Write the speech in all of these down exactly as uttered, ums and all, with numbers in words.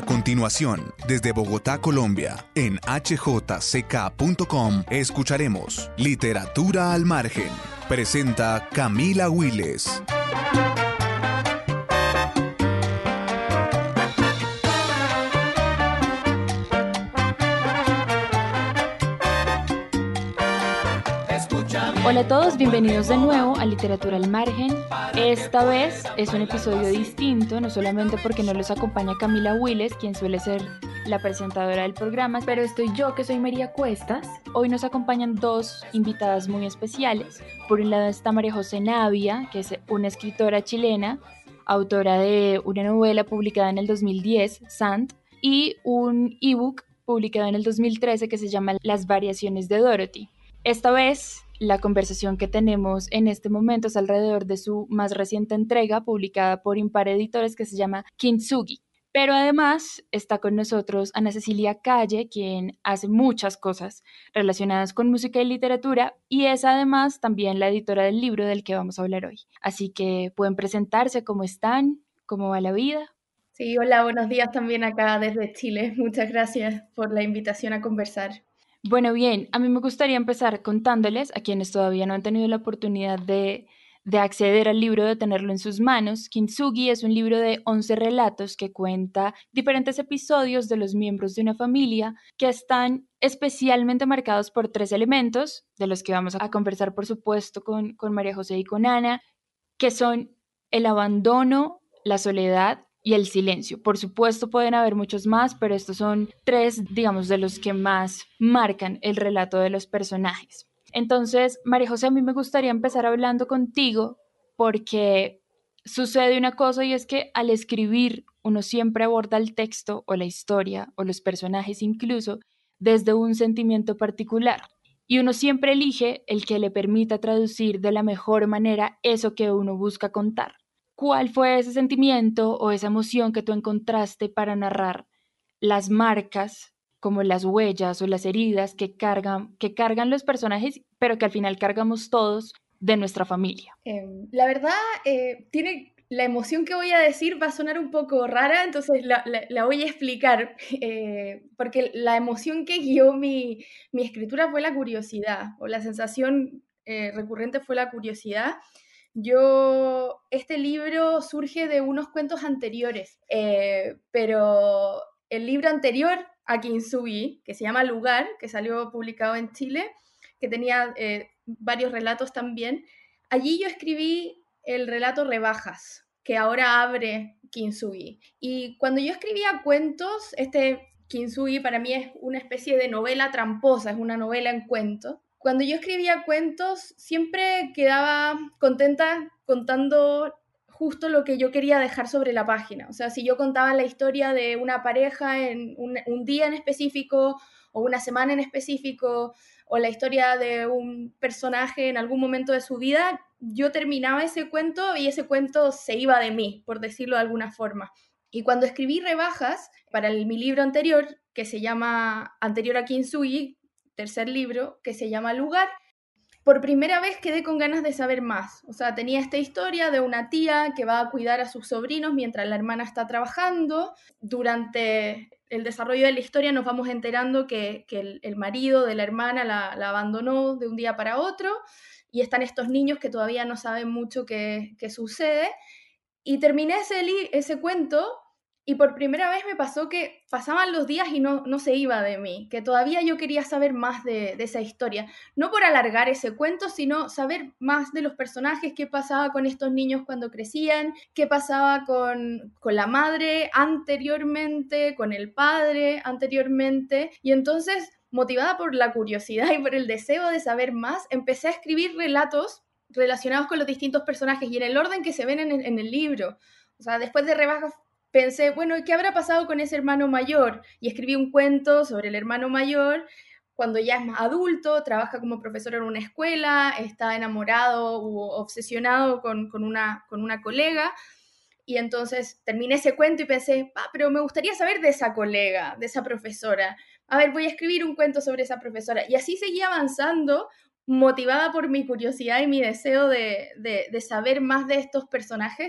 continuación, desde Bogotá, Colombia, en h j c k punto com, escucharemos Literatura al Margen. Presenta Camila Willes. Hola a todos, bienvenidos de nuevo a Literatura al Margen. Esta vez es un episodio distinto, no solamente porque no los acompaña Camila Willes, quien suele ser la presentadora del programa, pero estoy yo, que soy María Cuestas. Hoy nos acompañan dos invitadas muy especiales. Por un lado está María José Navia, que es una escritora chilena, autora de una novela publicada en el dos mil diez, Sant, y un ebook publicado en el dos mil trece que se llama Las variaciones de Dorothy. Esta vez la conversación que tenemos en este momento es alrededor de su más reciente entrega publicada por Impar Editores, que se llama Kintsugi. Pero además está con nosotros Ana Cecilia Calle, quien hace muchas cosas relacionadas con música y literatura y es además también la editora del libro del que vamos a hablar hoy. Así que pueden presentarse, cómo están, cómo va la vida. Sí, hola, buenos días también acá desde Chile. Muchas gracias por la invitación a conversar. Bueno, bien, a mí me gustaría empezar contándoles a quienes todavía no han tenido la oportunidad de, de acceder al libro, de tenerlo en sus manos. Kintsugi es un libro de once relatos que cuenta diferentes episodios de los miembros de una familia que están especialmente marcados por tres elementos, de los que vamos a conversar, por supuesto, con, con María José y con Ana, que son el abandono, la soledad y el silencio. Por supuesto pueden haber muchos más, pero estos son tres, digamos, de los que más marcan el relato de los personajes. Entonces, María José, a mí me gustaría empezar hablando contigo porque sucede una cosa, y es que al escribir uno siempre aborda el texto o la historia o los personajes incluso desde un sentimiento particular. Y uno siempre elige el que le permita traducir de la mejor manera eso que uno busca contar. ¿Cuál fue ese sentimiento o esa emoción que tú encontraste para narrar las marcas, como las huellas o las heridas que cargan, que cargan los personajes, pero que al final cargamos todos de nuestra familia? Eh, la verdad, eh, tiene, la emoción que voy a decir va a sonar un poco rara, entonces la, la, la voy a explicar, eh, porque la emoción que guió mi, mi escritura fue la curiosidad, o la sensación eh, recurrente fue la curiosidad. Yo, este libro surge de unos cuentos anteriores, eh, pero el libro anterior a Kintsugi, que se llama Lugar, que salió publicado en Chile, que tenía eh, varios relatos también, allí yo escribí el relato Rebajas, que ahora abre Kintsugi. Y cuando yo escribía cuentos, este Kintsugi para mí es una especie de novela tramposa, es una novela en cuento. Cuando yo escribía cuentos, siempre quedaba contenta contando justo lo que yo quería dejar sobre la página. O sea, si yo contaba la historia de una pareja en un, un día en específico o una semana en específico, o la historia de un personaje en algún momento de su vida, yo terminaba ese cuento y ese cuento se iba de mí, por decirlo de alguna forma. Y cuando escribí Rebajas para el, mi libro anterior, que se llama, anterior a Kintsugi, tercer libro, que se llama Lugar, por primera vez quedé con ganas de saber más. O sea, tenía esta historia de una tía que va a cuidar a sus sobrinos mientras la hermana está trabajando. Durante el desarrollo de la historia nos vamos enterando que, que el, el marido de la hermana la, la abandonó de un día para otro, y están estos niños que todavía no saben mucho qué, qué sucede. Y terminé ese, ese cuento, y por primera vez me pasó que pasaban los días y no, no se iba de mí, que todavía yo quería saber más de, de esa historia. No por alargar ese cuento, sino saber más de los personajes, qué pasaba con estos niños cuando crecían, qué pasaba con, con la madre anteriormente, con el padre anteriormente. Y entonces, motivada por la curiosidad y por el deseo de saber más, empecé a escribir relatos relacionados con los distintos personajes y en el orden que se ven en el, en el libro. O sea, después de Rebajas pensé, bueno, ¿qué habrá pasado con ese hermano mayor? Y escribí un cuento sobre el hermano mayor cuando ya es más adulto, trabaja como profesor en una escuela, está enamorado o obsesionado con, con, una, con una colega. Y entonces terminé ese cuento y pensé, ah, pero me gustaría saber de esa colega, de esa profesora. A ver, voy a escribir un cuento sobre esa profesora. Y así seguí avanzando, motivada por mi curiosidad y mi deseo de, de, de saber más de estos personajes.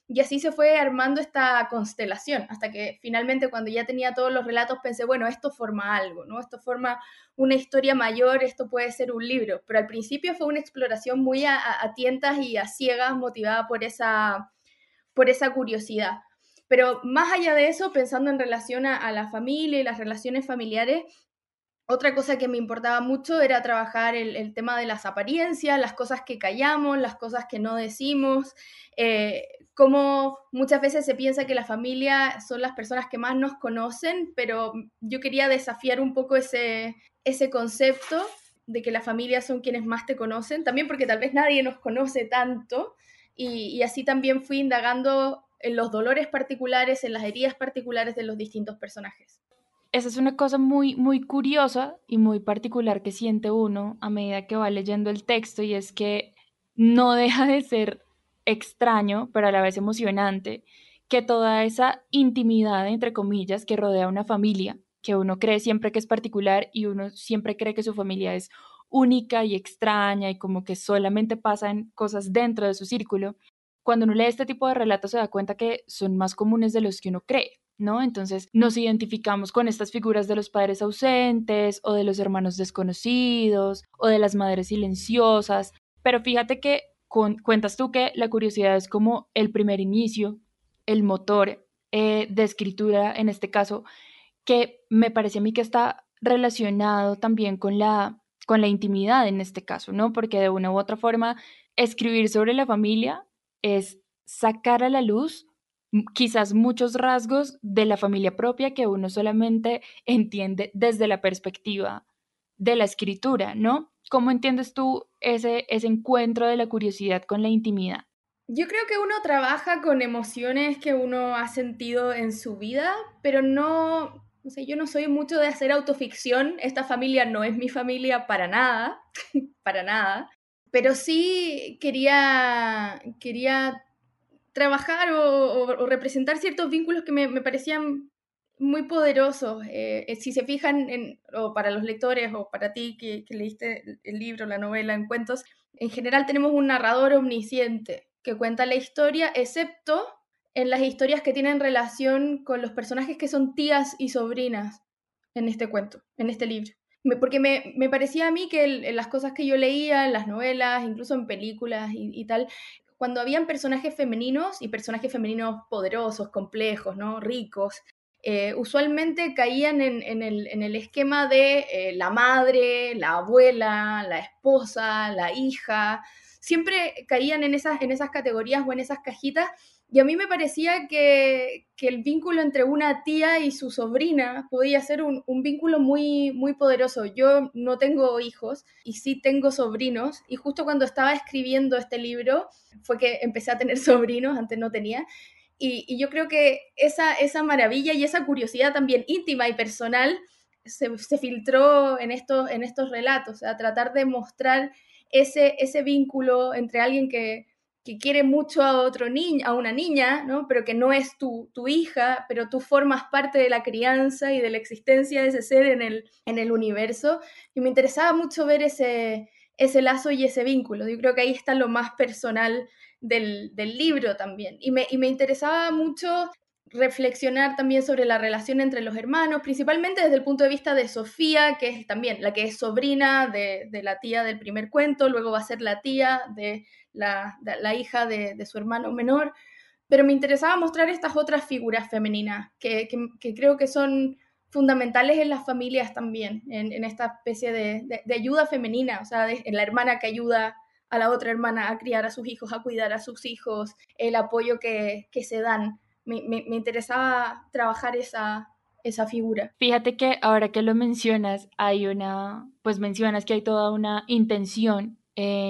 y así se fue armando esta constelación, hasta que finalmente cuando ya tenía todos los relatos pensé, bueno, esto forma algo, ¿no? Esto forma una historia mayor, esto puede ser un libro, pero al principio fue una exploración muy a, a, a tientas y a ciegas, motivada por esa, por esa curiosidad. Pero más allá de eso, pensando en relación a, a la familia y las relaciones familiares, otra cosa que me importaba mucho era trabajar el, el tema de las apariencias, las cosas que callamos, las cosas que no decimos, eh, cómo muchas veces se piensa que la familia son las personas que más nos conocen, pero yo quería desafiar un poco ese, ese concepto de que la familia son quienes más te conocen, también porque tal vez nadie nos conoce tanto, y, y así también fui indagando en los dolores particulares, en las heridas particulares de los distintos personajes. Esa es una cosa muy, muy curiosa y muy particular que siente uno a medida que va leyendo el texto, y es que no deja de ser extraño, pero a la vez emocionante, que toda esa intimidad, entre comillas, que rodea una familia, que uno cree siempre que es particular y uno siempre cree que su familia es única y extraña y como que solamente pasan cosas dentro de su círculo, cuando uno lee este tipo de relatos se da cuenta que son más comunes de los que uno cree, ¿no? Entonces nos identificamos con estas figuras de los padres ausentes o de los hermanos desconocidos o de las madres silenciosas, pero fíjate que con, cuentas tú que la curiosidad es como el primer inicio, el motor eh, de escritura en este caso, que me parece a mí que está relacionado también con la, con la intimidad en este caso, ¿no? Porque de una u otra forma escribir sobre la familia es sacar a la luz quizás muchos rasgos de la familia propia que uno solamente entiende desde la perspectiva de la escritura, ¿no? ¿Cómo entiendes tú ese, ese encuentro de la curiosidad con la intimidad? Yo creo que uno trabaja con emociones que uno ha sentido en su vida, pero no, no sé, yo no soy mucho de hacer autoficción. Esta familia no es mi familia para nada, para nada. Pero sí quería, quería trabajar o, o, o representar ciertos vínculos que me, me parecían muy poderosos. Eh, si se fijan, en, o para los lectores o para ti que, que leíste el libro, la novela en cuentos, en general tenemos un narrador omnisciente que cuenta la historia, excepto en las historias que tienen relación con los personajes que son tías y sobrinas en este cuento, en este libro. Porque me, me parecía a mí que el, las cosas que yo leía en las novelas, incluso en películas y, y tal, cuando habían personajes femeninos y personajes femeninos poderosos, complejos, ¿no? Ricos, eh, usualmente caían en, en, el, en, el, esquema de eh, la madre, la abuela, la esposa, la hija. Siempre caían en esas, en esas categorías o en esas cajitas. Y a mí me parecía que, que el vínculo entre una tía y su sobrina podía ser un, un vínculo muy, muy poderoso. Yo no tengo hijos y sí tengo sobrinos. Y justo cuando estaba escribiendo este libro fue que empecé a tener sobrinos, antes no tenía. Y, y yo creo que esa, esa maravilla y esa curiosidad también íntima y personal se, se filtró en estos, en estos relatos. O sea, tratar de mostrar ese, ese vínculo entre alguien que que quiere mucho a otro niño, a una niña, ¿no? Pero que no es tu, tu hija, pero tú formas parte de la crianza y de la existencia de ese ser en el, en el universo. Y me interesaba mucho ver ese, ese lazo y ese vínculo. Yo creo que ahí está lo más personal del, del libro también. Y me, y me interesaba mucho reflexionar también sobre la relación entre los hermanos, principalmente desde el punto de vista de Sofía, que es también la que es sobrina de, de la tía del primer cuento, luego va a ser la tía de la, de, la hija de, de su hermano menor, pero me interesaba mostrar estas otras figuras femeninas que, que, que creo que son fundamentales en las familias también, en, en esta especie de, de, de ayuda femenina, o sea, de, en la hermana que ayuda a la otra hermana a criar a sus hijos, a cuidar a sus hijos, el apoyo que, que se dan. Me, me, me interesaba trabajar esa, esa figura. Fíjate que ahora que lo mencionas, hay una, pues mencionas que hay toda una intención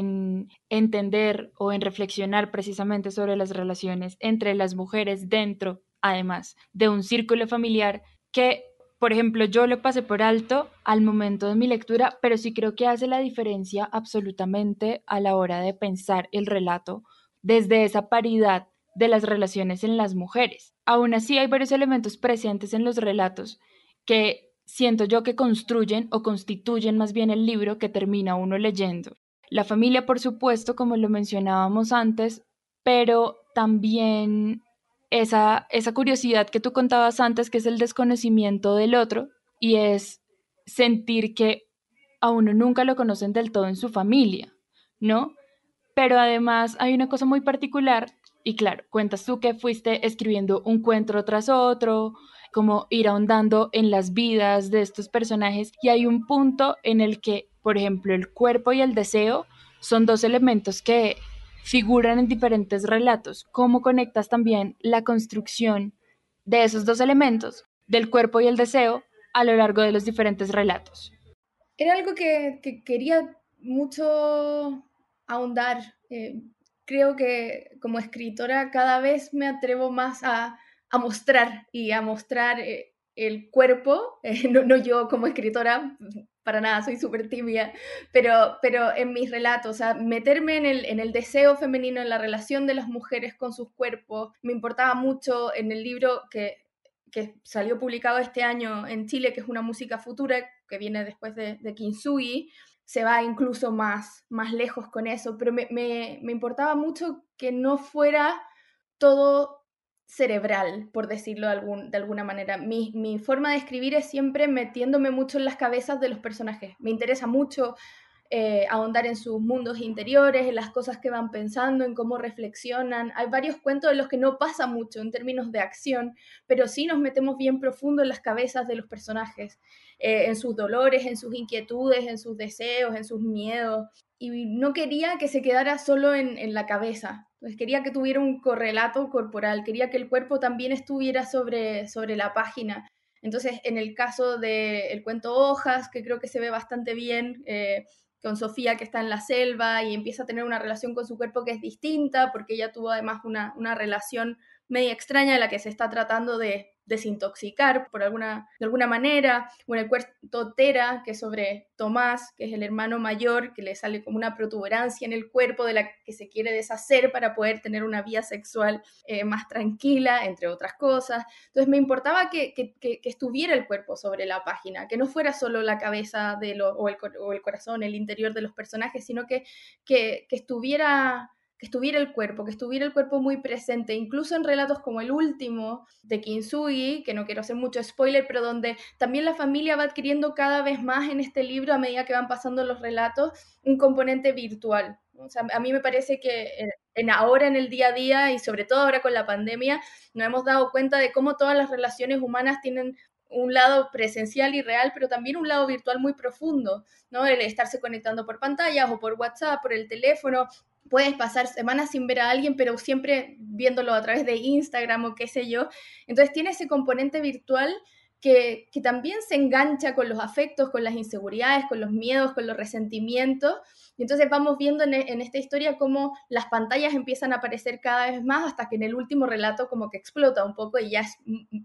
en entender o en reflexionar precisamente sobre las relaciones entre las mujeres dentro, además, de un círculo familiar que, por ejemplo, yo lo pasé por alto al momento de mi lectura, pero sí creo que hace la diferencia absolutamente a la hora de pensar el relato desde esa paridad de las relaciones en las mujeres. Aún así, hay varios elementos presentes en los relatos que siento yo que construyen o constituyen más bien el libro que termina uno leyendo. La familia, por supuesto, como lo mencionábamos antes, pero también esa, esa curiosidad que tú contabas antes, que es el desconocimiento del otro, y es sentir que a uno nunca lo conocen del todo en su familia, ¿no? Pero además hay una cosa muy particular, y claro, cuentas tú que fuiste escribiendo un cuento tras otro, como ir ahondando en las vidas de estos personajes, y hay un punto en el que, por ejemplo, el cuerpo y el deseo son dos elementos que figuran en diferentes relatos. ¿Cómo conectas también la construcción de esos dos elementos, del cuerpo y el deseo, a lo largo de los diferentes relatos? Era algo que, que quería mucho ahondar. Eh, creo que como escritora cada vez me atrevo más a, a mostrar y a mostrar eh, el cuerpo, eh, no, no yo como escritora, para nada, soy súper tibia, pero, pero en mis relatos, o sea, meterme en el, en el deseo femenino, en la relación de las mujeres con sus cuerpos, me importaba mucho en el libro que que salió publicado este año en Chile, que es una música futura, que viene después de, de Kintsugi, se va incluso más, más lejos con eso, pero me, me, me importaba mucho que no fuera todo cerebral, por decirlo de, algún, de alguna manera. Mi, mi forma de escribir es siempre metiéndome mucho en las cabezas de los personajes. Me interesa mucho eh, ahondar en sus mundos interiores, en las cosas que van pensando, en cómo reflexionan. Hay varios cuentos en los que no pasa mucho en términos de acción, pero sí nos metemos bien profundo en las cabezas de los personajes, eh, en sus dolores, en sus inquietudes, en sus deseos, en sus miedos. Y no quería que se quedara solo en, en la cabeza. Entonces quería que tuviera un correlato corporal, quería que el cuerpo también estuviera sobre, sobre la página. Entonces, en el caso del cuento Hojas, que creo que se ve bastante bien, eh, con Sofía que está en la selva y empieza a tener una relación con su cuerpo que es distinta, porque ella tuvo además una, una relación media extraña en la que se está tratando de desintoxicar por alguna, de alguna manera. Bueno, el cuento Tera, que es sobre Tomás, que es el hermano mayor, que le sale como una protuberancia en el cuerpo de la que se quiere deshacer para poder tener una vida sexual eh, más tranquila, entre otras cosas. Entonces me importaba que, que, que, que estuviera el cuerpo sobre la página, que no fuera solo la cabeza de lo, o, el, o el corazón, el interior de los personajes, sino que, que, que estuviera... que estuviera el cuerpo, que estuviera el cuerpo muy presente, incluso en relatos como el último de Kintsugi, que no quiero hacer mucho spoiler, pero donde también la familia va adquiriendo cada vez más en este libro, a medida que van pasando los relatos, un componente virtual. O sea, a mí me parece que en ahora, en el día a día, y sobre todo ahora con la pandemia, nos hemos dado cuenta de cómo todas las relaciones humanas tienen un lado presencial y real, pero también un lado virtual muy profundo, ¿no? El estarse conectando por pantallas o por WhatsApp, por el teléfono. Puedes pasar semanas sin ver a alguien, pero siempre viéndolo a través de Instagram o qué sé yo. Entonces tiene ese componente virtual que, que también se engancha con los afectos, con las inseguridades, con los miedos, con los resentimientos. Y entonces vamos viendo en, en esta historia cómo las pantallas empiezan a aparecer cada vez más hasta que en el último relato como que explota un poco y ya es,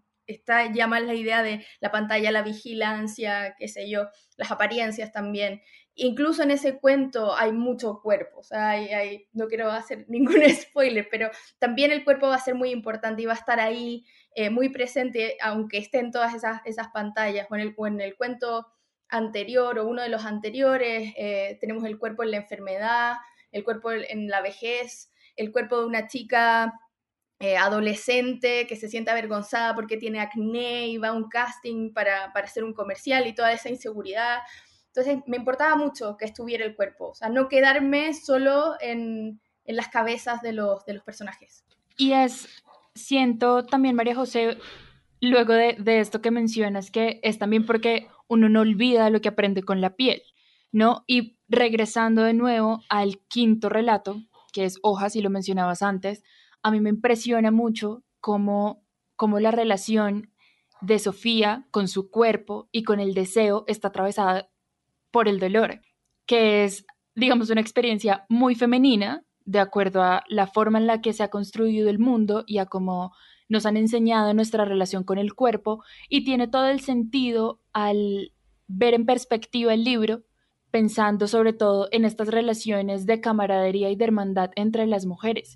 está ya más la idea de la pantalla, la vigilancia, qué sé yo, las apariencias también. Incluso en ese cuento hay mucho cuerpo, o sea, hay, hay, no quiero hacer ningún spoiler, pero también el cuerpo va a ser muy importante y va a estar ahí eh, muy presente, aunque esté en todas esas, esas pantallas. O en, el, o en el cuento anterior o uno de los anteriores, eh, tenemos el cuerpo en la enfermedad, el cuerpo en la vejez, el cuerpo de una chica eh, adolescente que se siente avergonzada porque tiene acné y va a un casting para, para hacer un comercial y toda esa inseguridad. Entonces me importaba mucho que estuviera el cuerpo, o sea, no quedarme solo en, en las cabezas de los, de los personajes. Y es, siento también, María José, luego de, de esto que mencionas, que es también porque uno no olvida lo que aprende con la piel, ¿no? Y regresando de nuevo al quinto relato, que es Hojas, y lo mencionabas antes, a mí me impresiona mucho cómo, cómo la relación de Sofía con su cuerpo y con el deseo está atravesada por el dolor, que es, digamos, una experiencia muy femenina, de acuerdo a la forma en la que se ha construido el mundo y a cómo nos han enseñado nuestra relación con el cuerpo, y tiene todo el sentido al ver en perspectiva el libro, pensando sobre todo en estas relaciones de camaradería y de hermandad entre las mujeres.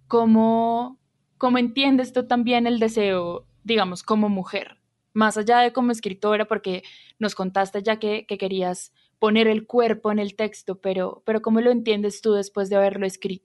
¿Cómo, cómo entiendes tú también el deseo, digamos, como mujer? Más allá de como escritora, porque nos contaste ya que, que querías poner el cuerpo en el texto, pero, pero ¿cómo lo entiendes tú después de haberlo escrito?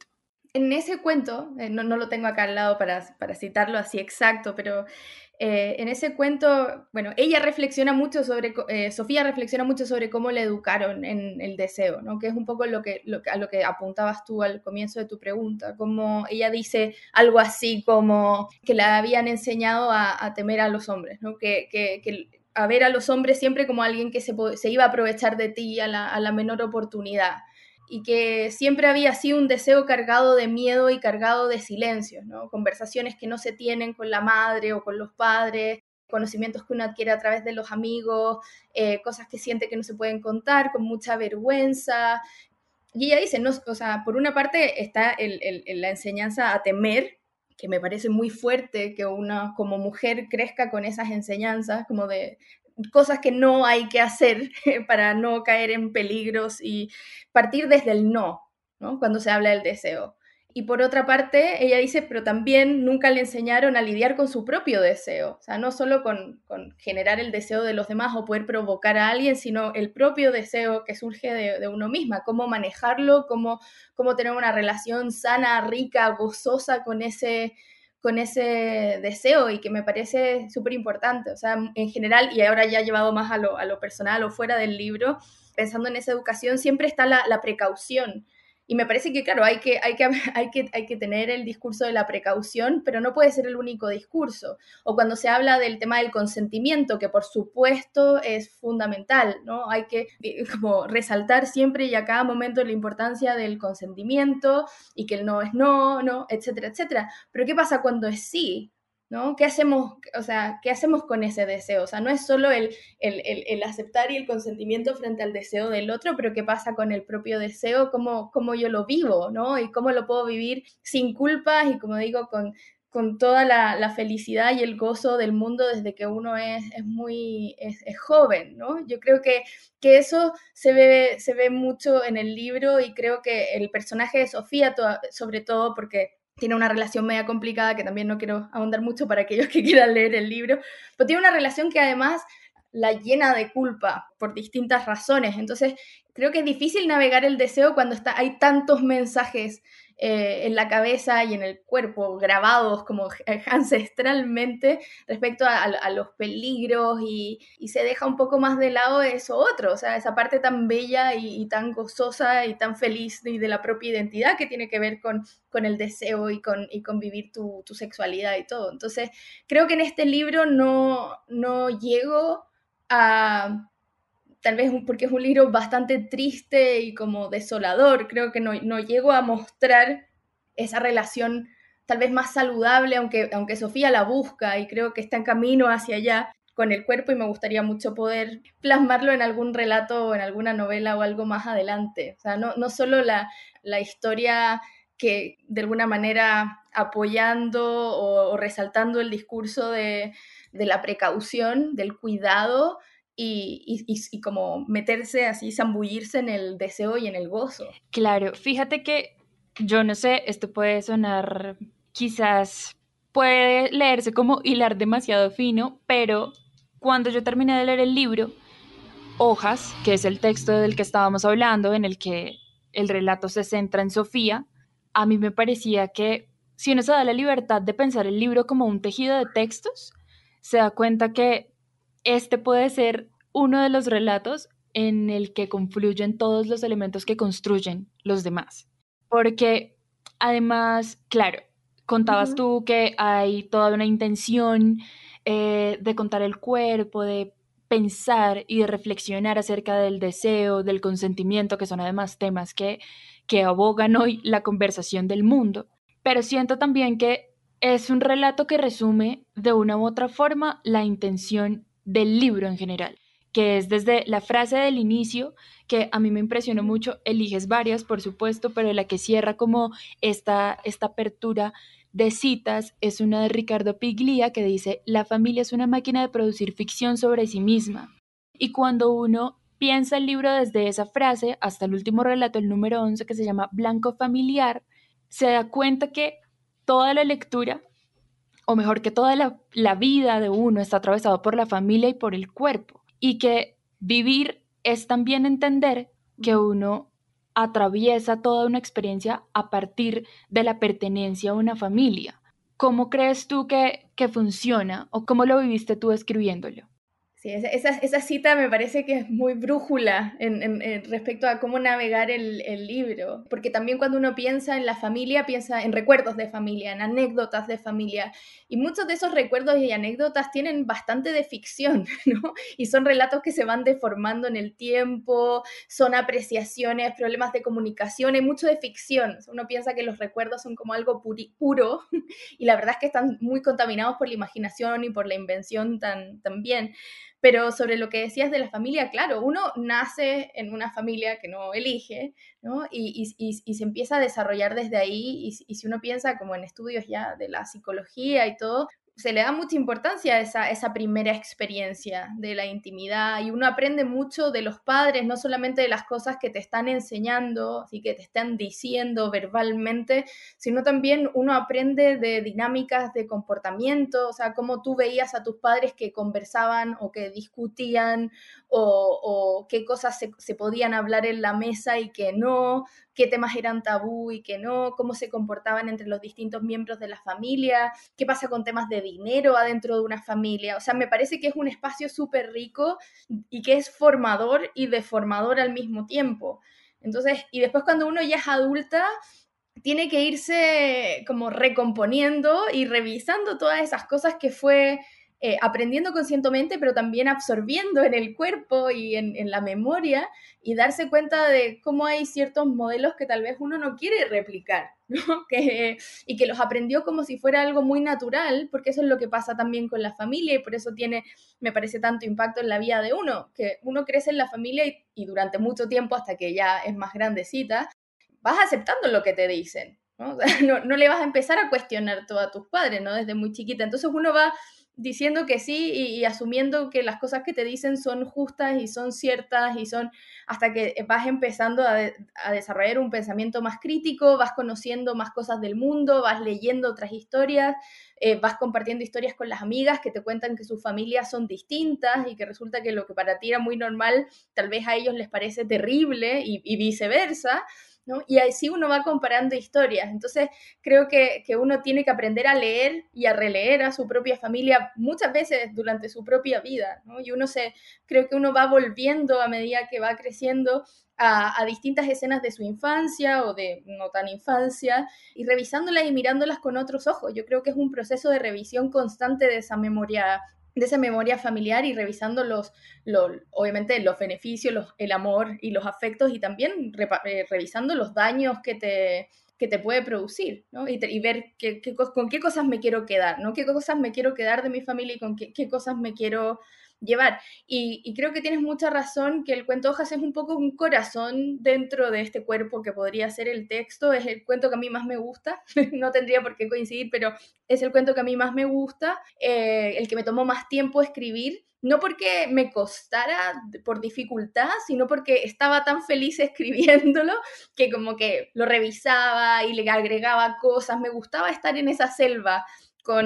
En ese cuento, eh, no, no lo tengo acá al lado para, para citarlo así exacto, pero eh, en ese cuento, bueno, ella reflexiona mucho sobre, eh, Sofía reflexiona mucho sobre cómo le educaron en el deseo, ¿no? Que es un poco lo que, lo, a lo que apuntabas tú al comienzo de tu pregunta, como ella dice algo así como que la habían enseñado a, a temer a los hombres, ¿no? Que, que, que a ver a los hombres siempre como alguien que se, se iba a aprovechar de ti a la, a la menor oportunidad. Y que siempre había sido un deseo cargado de miedo y cargado de silencios, ¿no? Conversaciones que no se tienen con la madre o con los padres, conocimientos que uno adquiere a través de los amigos, eh, cosas que siente que no se pueden contar, con mucha vergüenza. Y ella dice, no, o sea, por una parte está el, el, la enseñanza a temer, que me parece muy fuerte que una como mujer crezca con esas enseñanzas, como de cosas que no hay que hacer para no caer en peligros y partir desde el no, ¿no? Cuando se habla del deseo. Y por otra parte, ella dice, pero también nunca le enseñaron a lidiar con su propio deseo, o sea, no solo con, con generar el deseo de los demás o poder provocar a alguien, sino el propio deseo que surge de, de uno misma, cómo manejarlo, cómo, cómo tener una relación sana, rica, gozosa con ese, con ese deseo, y que me parece súper importante, o sea, en general, y ahora ya llevado más a lo, a lo personal o fuera del libro, pensando en esa educación, siempre está la, la precaución. Y me parece que, claro, hay que, hay, que, hay, que, hay que tener el discurso de la precaución, pero no puede ser el único discurso. O cuando se habla del tema del consentimiento, que por supuesto es fundamental, ¿no? Hay que como resaltar siempre y a cada momento la importancia del consentimiento y que el no es no, ¿no? Etcétera, etcétera. Pero ¿qué pasa cuando es sí? ¿No? ¿Qué hacemos, o sea, ¿qué hacemos con ese deseo? O sea, no es solo el, el, el, el aceptar y el consentimiento frente al deseo del otro, pero ¿qué pasa con el propio deseo? ¿Cómo, cómo yo lo vivo, ¿no? Y cómo lo puedo vivir sin culpas y, como digo, con, con toda la, la felicidad y el gozo del mundo desde que uno es, es muy es, es joven, ¿no? Yo creo que, que eso se ve, se ve mucho en el libro, y creo que el personaje de Sofía, toda, sobre todo porque tiene una relación media complicada, que también no quiero ahondar mucho para aquellos que quieran leer el libro, pero tiene una relación que además la llena de culpa por distintas razones. Entonces, creo que es difícil navegar el deseo cuando está, hay tantos mensajes eh, en la cabeza y en el cuerpo grabados como ancestralmente respecto a, a los peligros, y, y se deja un poco más de lado eso otro, o sea, esa parte tan bella y, y tan gozosa y tan feliz de, de la propia identidad, que tiene que ver con, con el deseo y con, y con vivir tu, tu sexualidad y todo. Entonces, creo que en este libro no, no llego a, tal vez porque es un libro bastante triste y como desolador, creo que no, no llego a mostrar esa relación tal vez más saludable, aunque, aunque Sofía la busca y creo que está en camino hacia allá con el cuerpo, y me gustaría mucho poder plasmarlo en algún relato o en alguna novela o algo más adelante. O sea, no, no solo la, la historia que de alguna manera apoyando o, o resaltando el discurso de, de la precaución, del cuidado, y, y, y como meterse así, zambullirse en el deseo y en el gozo. Claro, fíjate que yo no sé, esto puede sonar, quizás puede leerse como hilar demasiado fino, pero cuando yo terminé de leer el libro, Hojas, que es el texto del que estábamos hablando, en el que el relato se centra en Sofía, a mí me parecía que si uno se da la libertad de pensar el libro como un tejido de textos, se da cuenta que este puede ser uno de los relatos en el que confluyen todos los elementos que construyen los demás. Porque además, claro, contabas Uh-huh. tú que hay toda una intención eh, de contar el cuerpo, de pensar y de reflexionar acerca del deseo, del consentimiento, que son además temas que, que abogan hoy la conversación del mundo. Pero siento también que es un relato que resume de una u otra forma la intención del libro en general, que es desde la frase del inicio, que a mí me impresionó mucho, eliges varias, por supuesto, pero la que cierra como esta, esta apertura de citas es una de Ricardo Piglia, que dice: la familia es una máquina de producir ficción sobre sí misma. Y cuando uno piensa el libro desde esa frase hasta el último relato, el número once, que se llama Blanco Familiar, se da cuenta que toda la lectura, o mejor que toda la, la vida de uno, está atravesado por la familia y por el cuerpo, y que vivir es también entender que uno atraviesa toda una experiencia a partir de la pertenencia a una familia. ¿Cómo crees tú que, que funciona o cómo lo viviste tú escribiéndolo? Sí, esa, esa, esa cita me parece que es muy brújula en, en, en respecto a cómo navegar el, el libro, porque también cuando uno piensa en la familia, piensa en recuerdos de familia, en anécdotas de familia, y muchos de esos recuerdos y anécdotas tienen bastante de ficción, ¿no? Y son relatos que se van deformando en el tiempo, son apreciaciones, problemas de comunicación, hay mucho de ficción. Uno piensa que los recuerdos son como algo puri, puro, y la verdad es que están muy contaminados por la imaginación y por la invención tan, también. Pero sobre lo que decías de la familia, claro, uno nace en una familia que no elige, ¿no? Y, y, y, y se empieza a desarrollar desde ahí, y, y si uno piensa como en estudios ya de la psicología y todo, se le da mucha importancia a esa, esa primera experiencia de la intimidad, y uno aprende mucho de los padres, no solamente de las cosas que te están enseñando, así que te están diciendo verbalmente, sino también uno aprende de dinámicas de comportamiento, o sea, cómo tú veías a tus padres que conversaban o que discutían, o, o qué cosas se, se podían hablar en la mesa y que no, qué temas eran tabú y que no, cómo se comportaban entre los distintos miembros de la familia, qué pasa con temas de dinero adentro de una familia. O sea, me parece que es un espacio súper rico y que es formador y deformador al mismo tiempo. Entonces, y después cuando uno ya es adulta, tiene que irse como recomponiendo y revisando todas esas cosas que fue eh, aprendiendo conscientemente, pero también absorbiendo en el cuerpo y en, en la memoria, y darse cuenta de cómo hay ciertos modelos que tal vez uno no quiere replicar, ¿no? Que, y que los aprendió como si fuera algo muy natural, porque eso es lo que pasa también con la familia, y por eso tiene, me parece, tanto impacto en la vida de uno, que uno crece en la familia y, y durante mucho tiempo, hasta que ya es más grandecita, vas aceptando lo que te dicen, ¿no? O sea, no, no le vas a empezar a cuestionar todo a tus padres, ¿no? Desde muy chiquita. Entonces uno va diciendo que sí y, y asumiendo que las cosas que te dicen son justas y son ciertas, y son, hasta que vas empezando a, de, a desarrollar un pensamiento más crítico, vas conociendo más cosas del mundo, vas leyendo otras historias, eh, vas compartiendo historias con las amigas que te cuentan que sus familias son distintas y que resulta que lo que para ti era muy normal, tal vez a ellos les parece terrible, y, y viceversa, ¿no? Y así uno va comparando historias. Entonces creo que, que uno tiene que aprender a leer y a releer a su propia familia muchas veces durante su propia vida, ¿no? Y uno se, creo que uno va volviendo a medida que va creciendo a, a distintas escenas de su infancia o de no tan infancia, y revisándolas y mirándolas con otros ojos. Yo creo que es un proceso de revisión constante de esa memoria de esa memoria familiar, y revisando los, los obviamente los beneficios, los, el amor y los afectos, y también repa, eh, revisando los daños que te, que te puede producir, ¿no? Y, te, y ver qué, qué, con qué cosas me quiero quedar, ¿no? Qué cosas me quiero quedar de mi familia y con qué, qué cosas me quiero llevar. Y, y creo que tienes mucha razón, que el cuento hojas es un poco un corazón dentro de este cuerpo que podría ser el texto. Es el cuento que a mí más me gusta, no tendría por qué coincidir, pero es el cuento que a mí más me gusta, eh, el que me tomó más tiempo escribir, no porque me costara por dificultad, sino porque estaba tan feliz escribiéndolo que como que lo revisaba y le agregaba cosas. Me gustaba estar en esa selva con,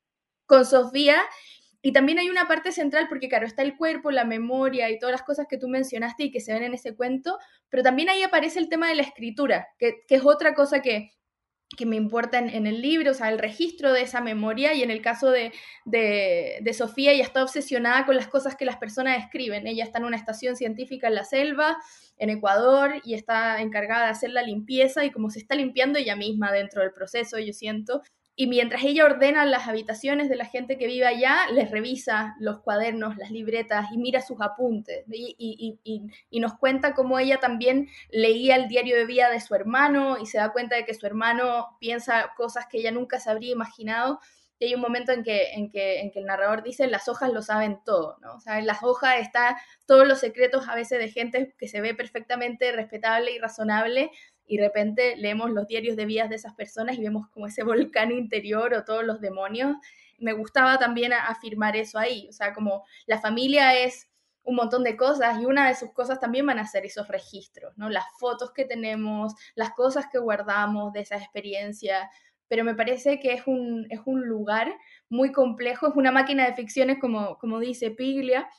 con Sofía. Y también hay una parte central, porque claro, está el cuerpo, la memoria y todas las cosas que tú mencionaste y que se ven en ese cuento, pero también ahí aparece el tema de la escritura, que, que es otra cosa que, que me importa en, en, el libro, o sea, el registro de esa memoria. Y en el caso de, de, de Sofía, ella está obsesionada con las cosas que las personas escriben. Ella está en una estación científica en la selva, en Ecuador, y está encargada de hacer la limpieza, y como se está limpiando ella misma dentro del proceso, yo siento, y mientras ella ordena las habitaciones de la gente que vive allá, les revisa los cuadernos, las libretas, y mira sus apuntes, y, y, y, y nos cuenta cómo ella también leía el diario de vida de su hermano, y se da cuenta de que su hermano piensa cosas que ella nunca se habría imaginado. Y hay un momento en que, en que, en que el narrador dice: las hojas lo saben todo, ¿no? O sea, en las hojas están todos los secretos a veces de gente que se ve perfectamente respetable y razonable, y de repente leemos los diarios de vidas de esas personas y vemos como ese volcán interior o todos los demonios. Me gustaba también afirmar eso ahí, o sea, como la familia es un montón de cosas, y una de sus cosas también van a ser esos registros, ¿no? Las fotos que tenemos, las cosas que guardamos de esa experiencia. Pero me parece que es un, es un lugar muy complejo, es una máquina de ficciones, como, como dice Piglia,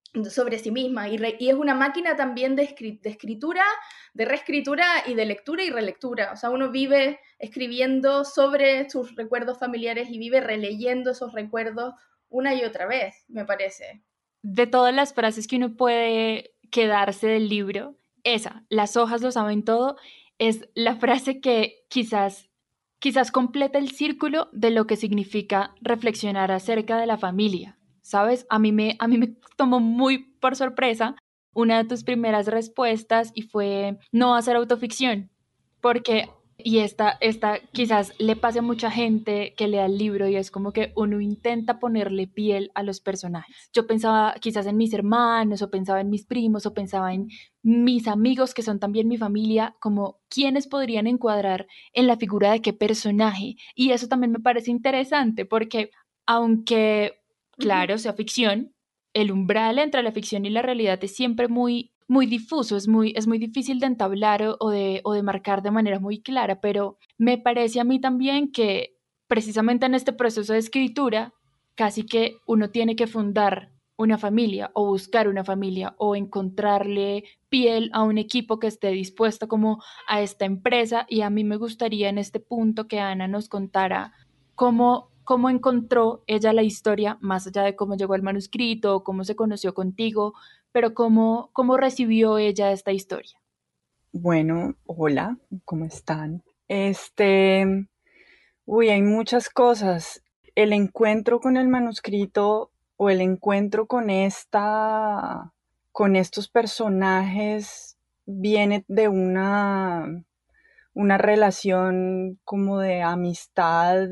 sobre sí misma y, re, y es una máquina también de, escri, de escritura, de reescritura y de lectura y relectura. O sea, uno vive escribiendo sobre sus recuerdos familiares y vive releyendo esos recuerdos una y otra vez, me parece. De todas las frases que uno puede quedarse del libro, esa, las hojas lo saben todo, es la frase que quizás, quizás completa el círculo de lo que significa reflexionar acerca de la familia. ¿Sabes? A mí me, a mí me tomó muy por sorpresa una de tus primeras respuestas y fue no hacer autoficción, porque y esta, esta quizás le pase a mucha gente que lea el libro y es como que uno intenta ponerle piel a los personajes. Yo pensaba quizás en mis hermanos o pensaba en mis primos o pensaba en mis amigos que son también mi familia, como quiénes podrían encuadrar en la figura de qué personaje. Y eso también me parece interesante porque aunque, claro, sea ficción, el umbral entre la ficción y la realidad es siempre muy muy difuso, es muy, es muy difícil de entablar o, o, de, o de marcar de manera muy clara, pero me parece a mí también que precisamente en este proceso de escritura, casi que uno tiene que fundar una familia o buscar una familia o encontrarle piel a un equipo que esté dispuesto como a esta empresa y a mí me gustaría en este punto que Ana nos contara cómo, cómo encontró ella la historia, más allá de cómo llegó al manuscrito, cómo se conoció contigo, pero ¿cómo, cómo recibió ella esta historia? Bueno, hola, ¿cómo están? Este, uy, hay muchas cosas. El encuentro con el manuscrito o el encuentro con esta, con estos personajes viene de una, una relación como de amistad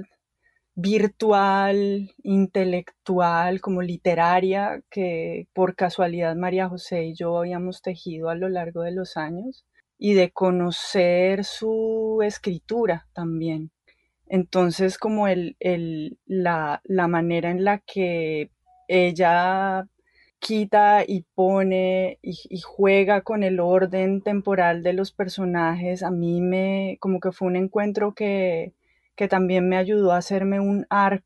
virtual, intelectual, como literaria, que por casualidad María José y yo habíamos tejido a lo largo de los años, y de conocer su escritura también. Entonces, como el, el, la, la manera en la que ella quita y pone y, y juega con el orden temporal de los personajes, a mí me, como que fue un encuentro que, que también me ayudó a hacerme un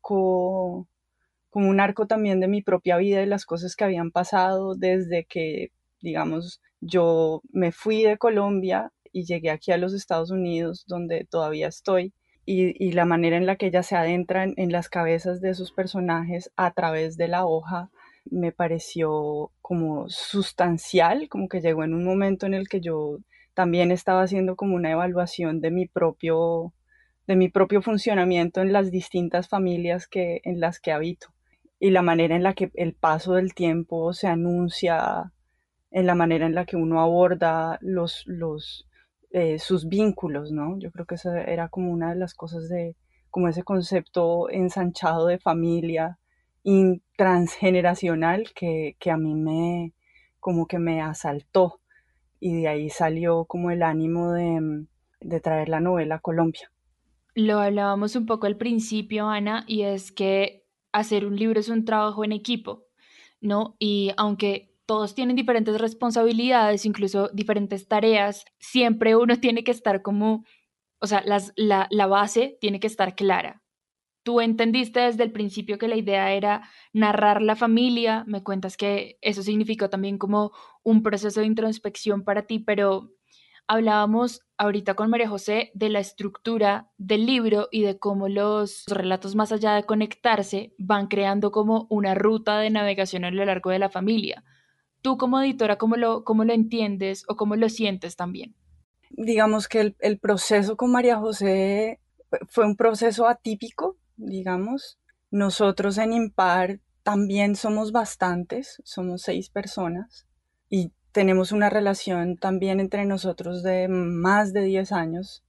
arco, como un arco también de mi propia vida y las cosas que habían pasado desde que, digamos, yo me fui de Colombia y llegué aquí a los Estados Unidos, donde todavía estoy, y, y la manera en la que ella se adentra en, en las cabezas de sus personajes a través de la hoja me pareció como sustancial, como que llegó en un momento en el que yo también estaba haciendo como una evaluación de mi propio, de mi propio funcionamiento en las distintas familias que, en las que habito y la manera en la que el paso del tiempo se anuncia, en la manera en la que uno aborda los, los, eh, sus vínculos, ¿no? Yo creo que esa era como una de las cosas de, como ese concepto ensanchado de familia y transgeneracional que, que a mí me, como que me asaltó y de ahí salió como el ánimo de, de traer la novela a Colombia. Lo hablábamos un poco al principio, Ana, y es que hacer un libro es un trabajo en equipo, ¿no? Y aunque todos tienen diferentes responsabilidades, incluso diferentes tareas, siempre uno tiene que estar como, o sea, las, la, la base tiene que estar clara. Tú entendiste desde el principio que la idea era narrar la familia, me cuentas que eso significó también como un proceso de introspección para ti, pero hablábamos ahorita con María José de la estructura del libro y de cómo los relatos, más allá de conectarse, van creando como una ruta de navegación a lo largo de la familia. Tú como editora, ¿cómo lo, cómo lo entiendes o cómo lo sientes también? Digamos que el, el proceso con María José fue un proceso atípico, digamos. Nosotros en Impar también somos bastantes, somos seis personas y tenemos una relación también entre nosotros de más de diez años.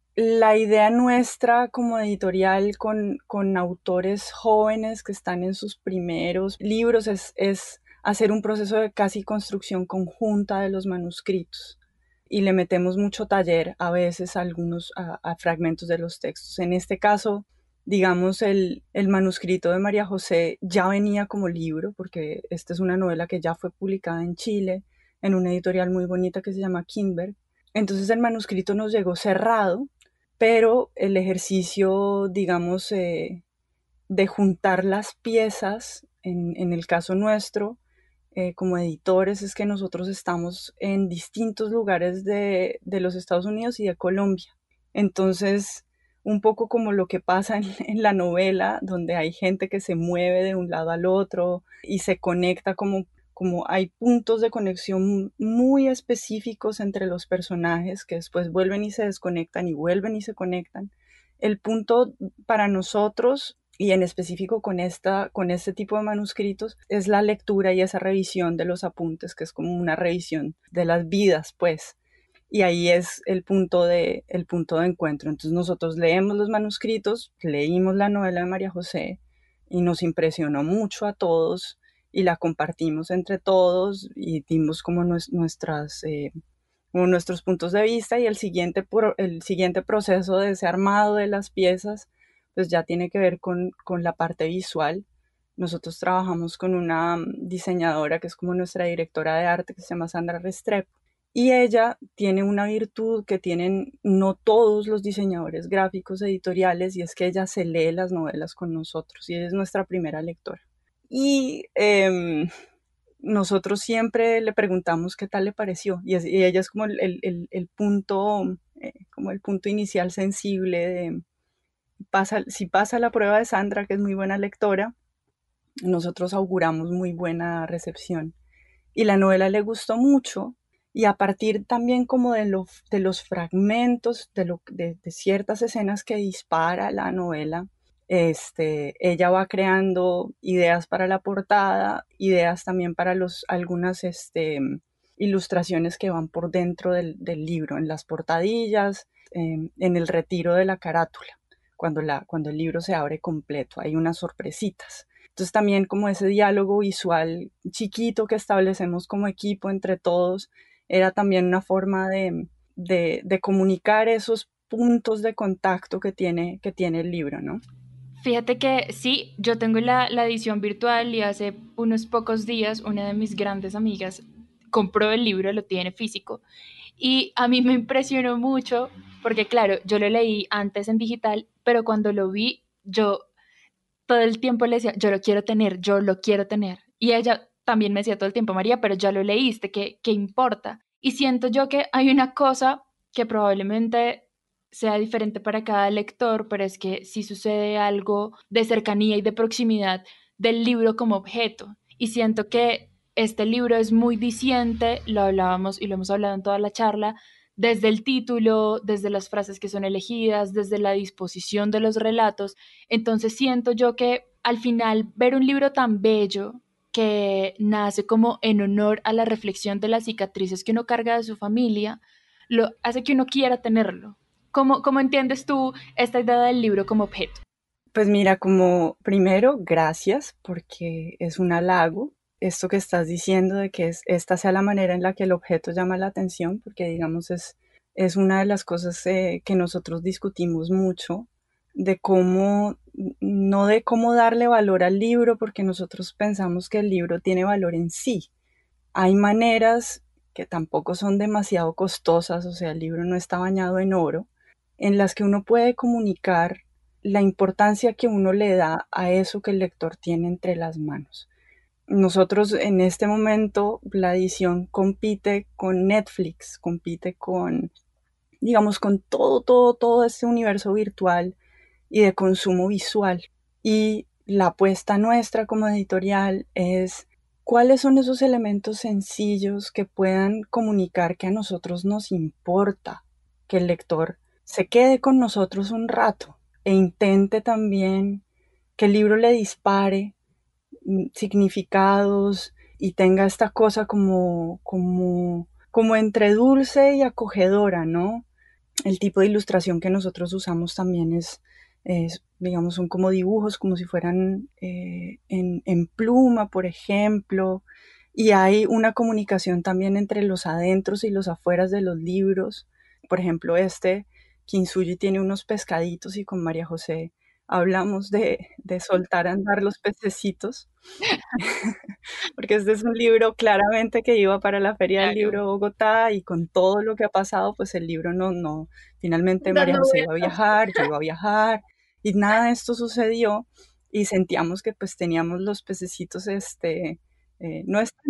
La idea nuestra como editorial con, con autores jóvenes que están en sus primeros libros es, es hacer un proceso de casi construcción conjunta de los manuscritos y le metemos mucho taller a veces a algunos a, a fragmentos de los textos. En este caso, digamos, el, el manuscrito de María José ya venía como libro, porque esta es una novela que ya fue publicada en Chile, en una editorial muy bonita que se llama Kimber. Entonces el manuscrito nos llegó cerrado, pero el ejercicio, digamos, eh, de juntar las piezas, en, en el caso nuestro, eh, como editores es que nosotros estamos en distintos lugares de, de los Estados Unidos y de Colombia. Entonces, un poco como lo que pasa en, en la novela, donde hay gente que se mueve de un lado al otro y se conecta como, como hay puntos de conexión muy específicos entre los personajes que después vuelven y se desconectan y vuelven y se conectan. El punto para nosotros, y en específico con, esta, con este tipo de manuscritos, es la lectura y esa revisión de los apuntes, que es como una revisión de las vidas, pues. Y ahí es el punto de, el punto de encuentro. Entonces nosotros leemos los manuscritos, leímos la novela de María José y nos impresionó mucho a todos y la compartimos entre todos y dimos como nuestras, eh, como nuestros puntos de vista, y el siguiente, el siguiente proceso de ese armado de las piezas pues ya tiene que ver con, con la parte visual. Nosotros trabajamos con una diseñadora que es como nuestra directora de arte, que se llama Sandra Restrepo. Y ella tiene una virtud que tienen no todos los diseñadores gráficos editoriales, y es que ella se lee las novelas con nosotros y ella es nuestra primera lectora. Y eh, nosotros siempre le preguntamos qué tal le pareció, y, es, y ella es como el, el, el punto, eh, como el punto inicial sensible de, pasa, si pasa la prueba de Sandra, que es muy buena lectora, nosotros auguramos muy buena recepción. Y la novela le gustó mucho, y a partir también como de, lo, de los fragmentos, de, lo, de, de ciertas escenas que dispara la novela, este, ella va creando ideas para la portada, ideas también para los, algunas este, ilustraciones que van por dentro del, del libro, en las portadillas, eh, en el retiro de la carátula, cuando, la, cuando el libro se abre completo, hay unas sorpresitas. Entonces también como ese diálogo visual chiquito que establecemos como equipo entre todos, era también una forma de, de, de comunicar esos puntos de contacto que tiene, que tiene el libro, ¿no? Fíjate que sí, yo tengo la, la edición virtual y hace unos pocos días una de mis grandes amigas compró el libro, lo tiene físico, y a mí me impresionó mucho porque claro, yo lo leí antes en digital, pero cuando lo vi, yo todo el tiempo le decía, yo lo quiero tener, yo lo quiero tener. Y ella también me decía todo el tiempo, María, pero ya lo leíste, ¿qué, qué importa? Y siento yo que hay una cosa que probablemente sea diferente para cada lector, pero es que sí sucede algo de cercanía y de proximidad del libro como objeto. Y siento que este libro es muy diciente, lo hablábamos y lo hemos hablado en toda la charla, desde el título, desde las frases que son elegidas, desde la disposición de los relatos. Entonces siento yo que al final ver un libro tan bello que nace como en honor a la reflexión de las cicatrices que uno carga de su familia, lo hace que uno quiera tenerlo. ¿Cómo, cómo entiendes tú esta idea del libro como objeto? Pues mira, como primero, gracias, porque es un halago esto que estás diciendo de que es, esta sea la manera en la que el objeto llama la atención, porque digamos es, es una de las cosas eh, que nosotros discutimos mucho, de cómo, no de cómo darle valor al libro, porque nosotros pensamos que el libro tiene valor en sí. Hay maneras que tampoco son demasiado costosas, o sea, el libro no está bañado en oro, en las que uno puede comunicar la importancia que uno le da a eso que el lector tiene entre las manos. Nosotros en este momento la edición compite con Netflix, compite con, digamos, con todo, todo, todo este universo virtual y de consumo visual. Y la apuesta nuestra como editorial es cuáles son esos elementos sencillos que puedan comunicar que a nosotros nos importa que el lector se quede con nosotros un rato e intente también que el libro le dispare significados y tenga esta cosa como, como, como entre dulce y acogedora, ¿no? El tipo de ilustración que nosotros usamos también es, es digamos, son como dibujos, como si fueran eh, en, en pluma, por ejemplo, y hay una comunicación también entre los adentros y los afueras de los libros. Por ejemplo, este, Kintsugi, tiene unos pescaditos y con María José hablamos de, de soltar a andar los pececitos, porque este es un libro claramente que iba para la Feria del Libro de Bogotá, y con todo lo que ha pasado, pues el libro no, no, finalmente María Dando José iba a vueltas. viajar, yo iba a viajar, y nada de esto sucedió, y sentíamos que pues teníamos los pececitos, este, eh, no están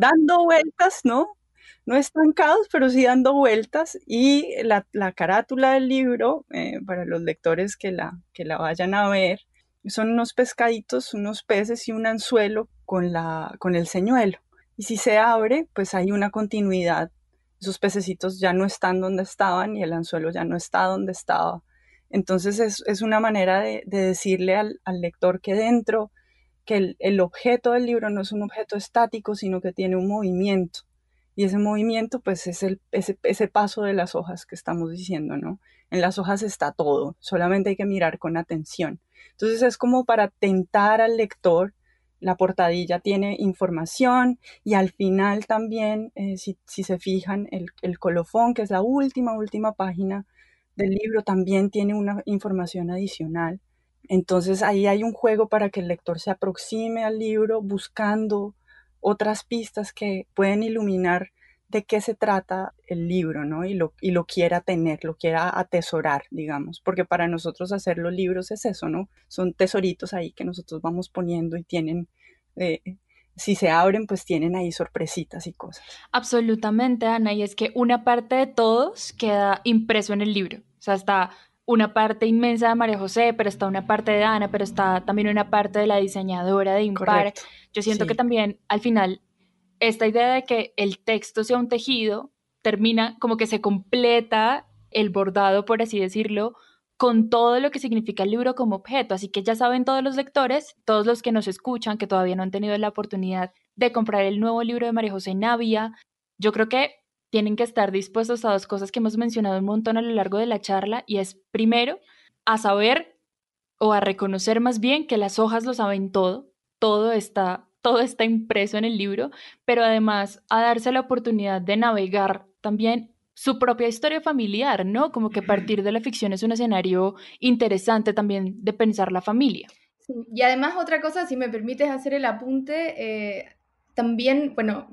dando vueltas, ¿no? No estancados, pero sí dando vueltas. Y la, la carátula del libro, eh, para los lectores que la, que la vayan a ver, son unos pescaditos, unos peces y un anzuelo con, la, con el señuelo. Y si se abre, pues hay una continuidad. Esos pececitos ya no están donde estaban y el anzuelo ya no está donde estaba. Entonces es, es una manera de, de decirle al, al lector que dentro, que el, el objeto del libro no es un objeto estático, sino que tiene un movimiento. Y ese movimiento, pues, es el, ese, ese paso de las hojas que estamos diciendo, ¿no? En las hojas está todo, solamente hay que mirar con atención. Entonces es como para tentar al lector. La portadilla tiene información y al final también, eh, si, si se fijan, el, el colofón, que es la última, última página del libro, también tiene una información adicional. Entonces ahí hay un juego para que el lector se aproxime al libro buscando otras pistas que pueden iluminar de qué se trata el libro, ¿no? Y lo, y lo quiera tener, lo quiera atesorar, digamos, porque para nosotros hacer los libros es eso, ¿no? Son tesoritos ahí que nosotros vamos poniendo y tienen, eh, si se abren, pues tienen ahí sorpresitas y cosas. Absolutamente, Ana, y es que una parte de todos queda impreso en el libro, o sea, está una parte inmensa de María José, pero está una parte de Ana, pero está también una parte de la diseñadora de Impar. Correcto. Yo siento Sí. que también al final esta idea de que el texto sea un tejido termina como que se completa el bordado, por así decirlo, con todo lo que significa el libro como objeto. Así que ya saben todos los lectores, todos los que nos escuchan, que todavía no han tenido la oportunidad de comprar el nuevo libro de María José Navia, yo creo que tienen que estar dispuestos a dos cosas que hemos mencionado un montón a lo largo de la charla, y es primero a saber o a reconocer más bien que las hojas lo saben todo, todo está, todo está impreso en el libro, pero además a darse la oportunidad de navegar también su propia historia familiar, ¿no? Como que partir de la ficción es un escenario interesante también de pensar la familia. Sí, y además otra cosa, si me permites hacer el apunte, eh, también, bueno,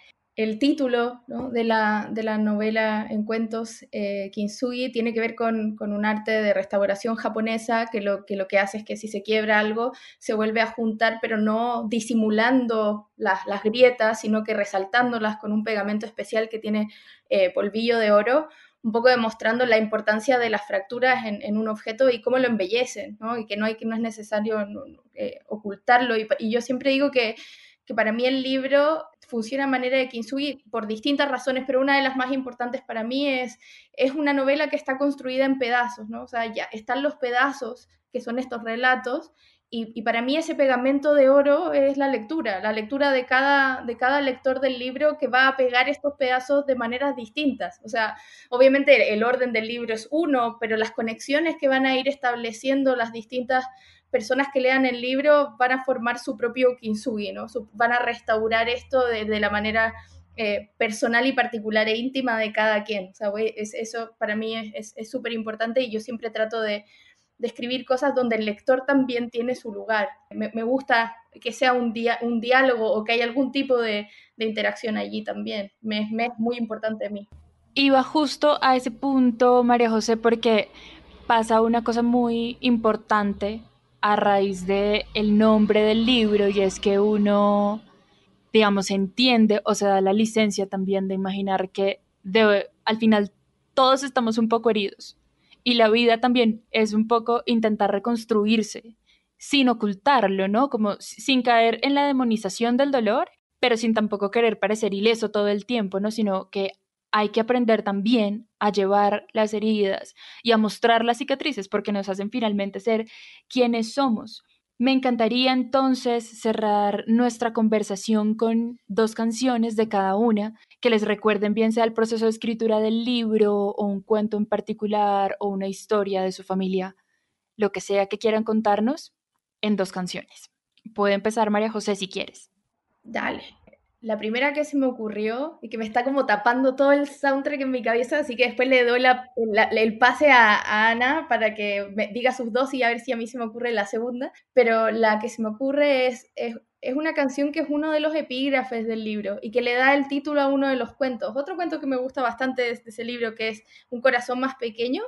el título, ¿no?, de, la, de la novela en cuentos, eh, Kintsugi, tiene que ver con, con un arte de restauración japonesa que lo, que lo que hace es que si se quiebra algo se vuelve a juntar, pero no disimulando las, las grietas, sino que resaltándolas con un pegamento especial que tiene eh, polvillo de oro, un poco demostrando la importancia de las fracturas en, en un objeto y cómo lo embellecen, ¿no? Y que no, hay, que no es necesario eh, ocultarlo. Y, y yo siempre digo que que para mí el libro funciona a manera de Kintsugi por distintas razones, pero una de las más importantes para mí es, es una novela que está construida en pedazos, ¿no? O sea, ya están los pedazos, que son estos relatos, y, y para mí ese pegamento de oro es la lectura, la lectura de cada, de cada lector del libro que va a pegar estos pedazos de maneras distintas. O sea, obviamente el orden del libro es uno, pero las conexiones que van a ir estableciendo las distintas personas que lean el libro van a formar su propio kintsugi, ¿no? Su, van a restaurar esto de, de la manera eh, personal y particular e íntima de cada quien. O sea, es, eso para mí es súper importante y yo siempre trato de, de escribir cosas donde el lector también tiene su lugar. Me, me gusta que sea un, dia, un diálogo o que haya algún tipo de, de interacción allí también. Me, me es muy importante a mí. Iba justo a ese punto, María José, porque pasa una cosa muy importante a raíz de el nombre del libro, y es que uno, digamos, entiende o se da la licencia también de imaginar que de, al final todos estamos un poco heridos y la vida también es un poco intentar reconstruirse sin ocultarlo, ¿no? Como sin caer en la demonización del dolor, pero sin tampoco querer parecer ileso todo el tiempo, ¿no? Sino que hay que aprender también a llevar las heridas y a mostrar las cicatrices porque nos hacen finalmente ser quienes somos. Me encantaría entonces cerrar nuestra conversación con dos canciones de cada una que les recuerden bien sea el proceso de escritura del libro o un cuento en particular o una historia de su familia, lo que sea que quieran contarnos en dos canciones. Puede empezar María José si quieres. Dale. La primera que se me ocurrió y que me está como tapando todo el soundtrack en mi cabeza, así que después le doy la, la, el pase a, a Ana para que me diga sus dos y a ver si a mí se me ocurre la segunda, pero la que se me ocurre es, es, es una canción que es uno de los epígrafes del libro y que le da el título a uno de los cuentos. Otro cuento que me gusta bastante de, de ese libro, que es Un corazón más pequeño,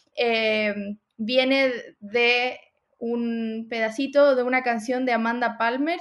eh, viene de un pedacito de una canción de Amanda Palmer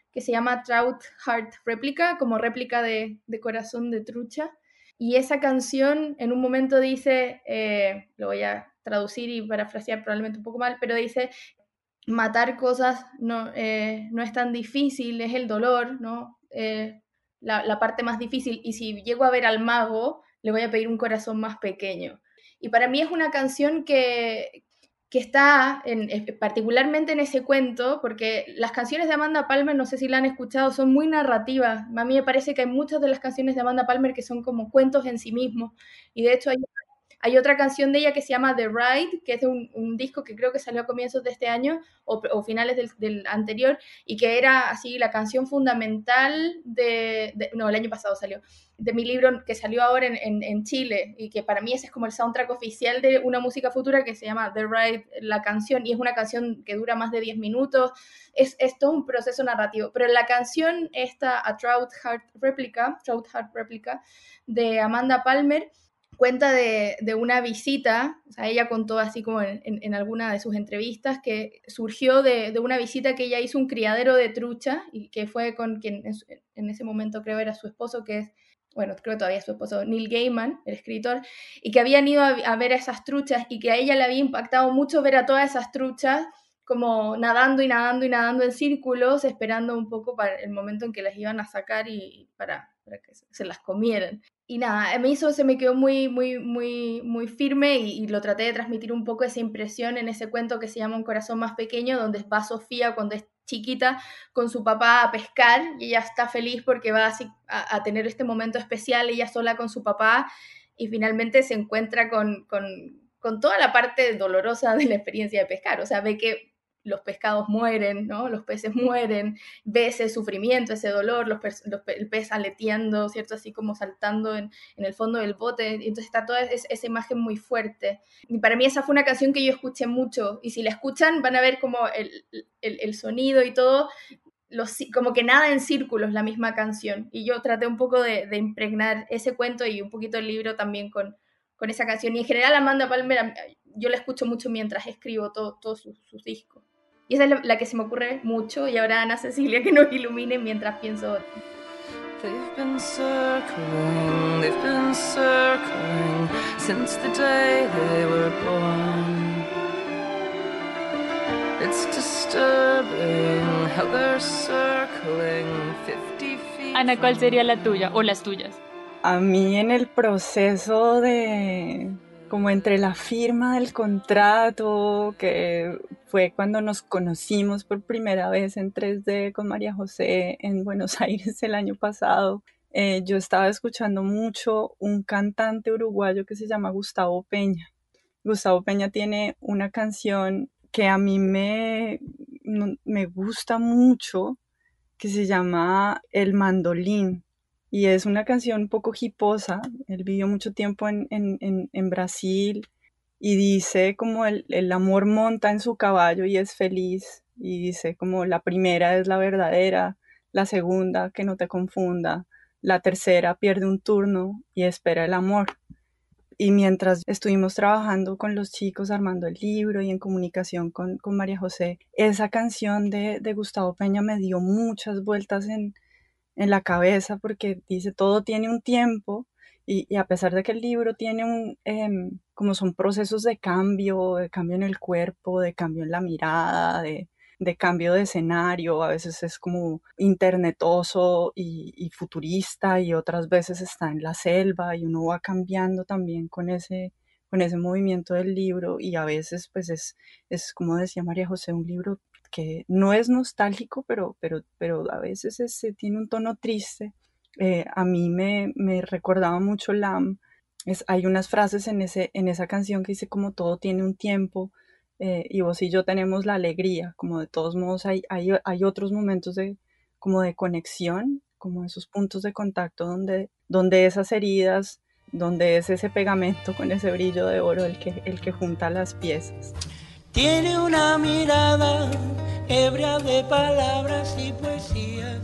que se llama Trout Heart Replica, como réplica de, de corazón de trucha. Y esa canción en un momento dice, eh, lo voy a traducir y parafrasear probablemente un poco mal, pero dice, matar cosas no, eh, no es tan difícil, es el dolor, ¿no? Eh, la, la parte más difícil. Y si llego a ver al mago, le voy a pedir un corazón más pequeño. Y para mí es una canción que, que está en, particularmente en ese cuento, porque las canciones de Amanda Palmer, no sé si la han escuchado, son muy narrativas. A mí me parece que hay muchas de las canciones de Amanda Palmer que son como cuentos en sí mismos. Y de hecho hay Hay otra canción de ella que se llama The Ride, que es de un, un disco que creo que salió a comienzos de este año o, o finales del, del, anterior, y que era así la canción fundamental de, de, no, el año pasado salió, de mi libro que salió ahora en, en, en Chile, y que para mí ese es como el soundtrack oficial de una música futura que se llama The Ride, la canción, y es una canción que dura más de diez minutos, es, es todo un proceso narrativo. Pero la canción esta, A Trout Heart Replica, Trout Heart Replica, de Amanda Palmer, cuenta de, de una visita, o sea, ella contó así como en, en, en alguna de sus entrevistas, que surgió de, de una visita que ella hizo a un criadero de trucha, y que fue con quien en, en ese momento creo era su esposo, que es, bueno, creo que todavía es su esposo, Neil Gaiman, el escritor, y que habían ido a, a ver a esas truchas, y que a ella le había impactado mucho ver a todas esas truchas como nadando y nadando y nadando en círculos, esperando un poco para el momento en que las iban a sacar y para, para que se, se las comieran. Y nada, me hizo, se me quedó muy, muy, muy, muy firme y, y lo traté de transmitir un poco esa impresión en ese cuento que se llama Un corazón más pequeño, donde va Sofía cuando es chiquita con su papá a pescar y ella está feliz porque va así a, a tener este momento especial, ella sola con su papá, y finalmente se encuentra con, con, con toda la parte dolorosa de la experiencia de pescar. O sea, ve que los pescados mueren, ¿no? Los peces mueren, ve ese sufrimiento, ese dolor, los pe los pe el pez aleteando, ¿cierto? Así como saltando en, en el fondo del bote, y entonces está toda es, esa imagen muy fuerte. Y para mí esa fue una canción que yo escuché mucho, y si la escuchan van a ver como el, el, el sonido y todo, los, como que nada en círculos la misma canción, y yo traté un poco de, de impregnar ese cuento y un poquito el libro también con, con esa canción, y en general Amanda Palmer yo la escucho mucho mientras escribo todos todo sus, sus discos. Y esa es la, la que se me ocurre mucho, y ahora Ana Cecilia que nos ilumine mientras pienso. They've been circling, they've been circling since the day they were born. It's disturbing how they're circling fifty feet. Ana, ¿cuál sería la tuya o las tuyas? A mí en el proceso de, como entre la firma del contrato, que fue cuando nos conocimos por primera vez en tres D con María José en Buenos Aires el año pasado, eh, yo estaba escuchando mucho un cantante uruguayo que se llama Gustavo Peña. Gustavo Peña tiene una canción que a mí me, me gusta mucho, que se llama El Mandolín. Y es una canción un poco hiposa. Él vivió mucho tiempo en, en, en, en Brasil y dice como el, el amor monta en su caballo y es feliz. Y dice como la primera es la verdadera, la segunda que no te confunda, la tercera pierde un turno y espera el amor. Y mientras estuvimos trabajando con los chicos, armando el libro y en comunicación con, con María José, esa canción de, de Gustavo Peña me dio muchas vueltas en en la cabeza, porque dice todo tiene un tiempo, y, y a pesar de que el libro tiene un, eh, como son procesos de cambio, de cambio en el cuerpo, de cambio en la mirada, de, de cambio de escenario, a veces es como internetoso y, y futurista, y otras veces está en la selva, y uno va cambiando también con ese, con ese movimiento del libro, y a veces pues es, es como decía María José, un libro que no es nostálgico, pero, pero, pero a veces es, tiene un tono triste. Eh, a mí me, me recordaba mucho Lam. Es, hay unas frases en, ese, en esa canción que dice como todo tiene un tiempo, eh, y vos y yo tenemos la alegría, como de todos modos hay, hay, hay otros momentos de, como de conexión, como esos puntos de contacto donde, donde esas heridas, donde es ese pegamento con ese brillo de oro el que, el que junta las piezas. Tiene una mirada ebria de palabras y poesía.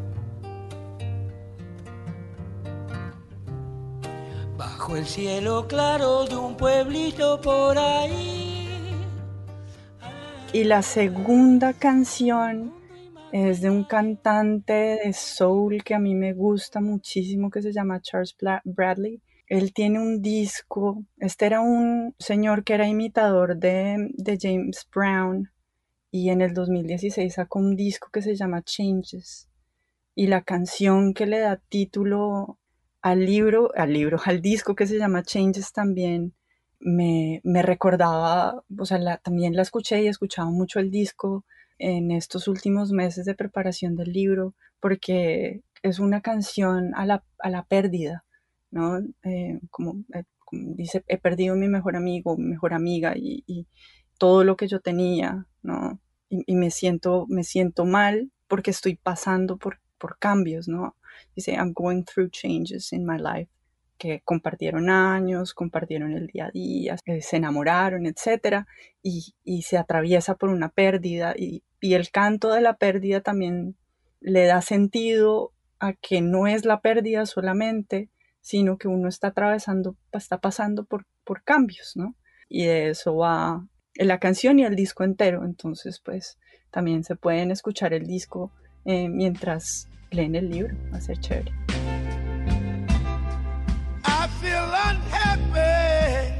Bajo el cielo claro de un pueblito por ahí. Y la segunda canción Es de un cantante de soul que a mí me gusta muchísimo, que se llama Charles Bradley. Él tiene un disco, este era un señor que era imitador de, de James Brown, y en el dos mil dieciséis sacó un disco que se llama Changes. Y la canción que le da título al libro, al libro, al disco que se llama Changes también, me, me recordaba, o sea, la, también la escuché y escuchaba mucho el disco en estos últimos meses de preparación del libro, porque es una canción a la, a la pérdida, ¿no? Eh, como, eh, como dice, he perdido a mi mejor amigo, mi mejor amiga y, y todo lo que yo tenía, ¿no? Y, y me siento, me siento mal porque estoy pasando por, por cambios, ¿no? Dice, I'm going through changes in my life, que compartieron años, compartieron el día a día, eh, se enamoraron, etcétera, y, y se atraviesa por una pérdida, y, y el canto de la pérdida también le da sentido a que no es la pérdida solamente, sino que uno está atravesando, está pasando por, por cambios, ¿no? Y de eso va la canción y el disco entero. Entonces, pues, también se pueden escuchar el disco eh, mientras leen el libro. Va a ser chévere. I feel unhappy.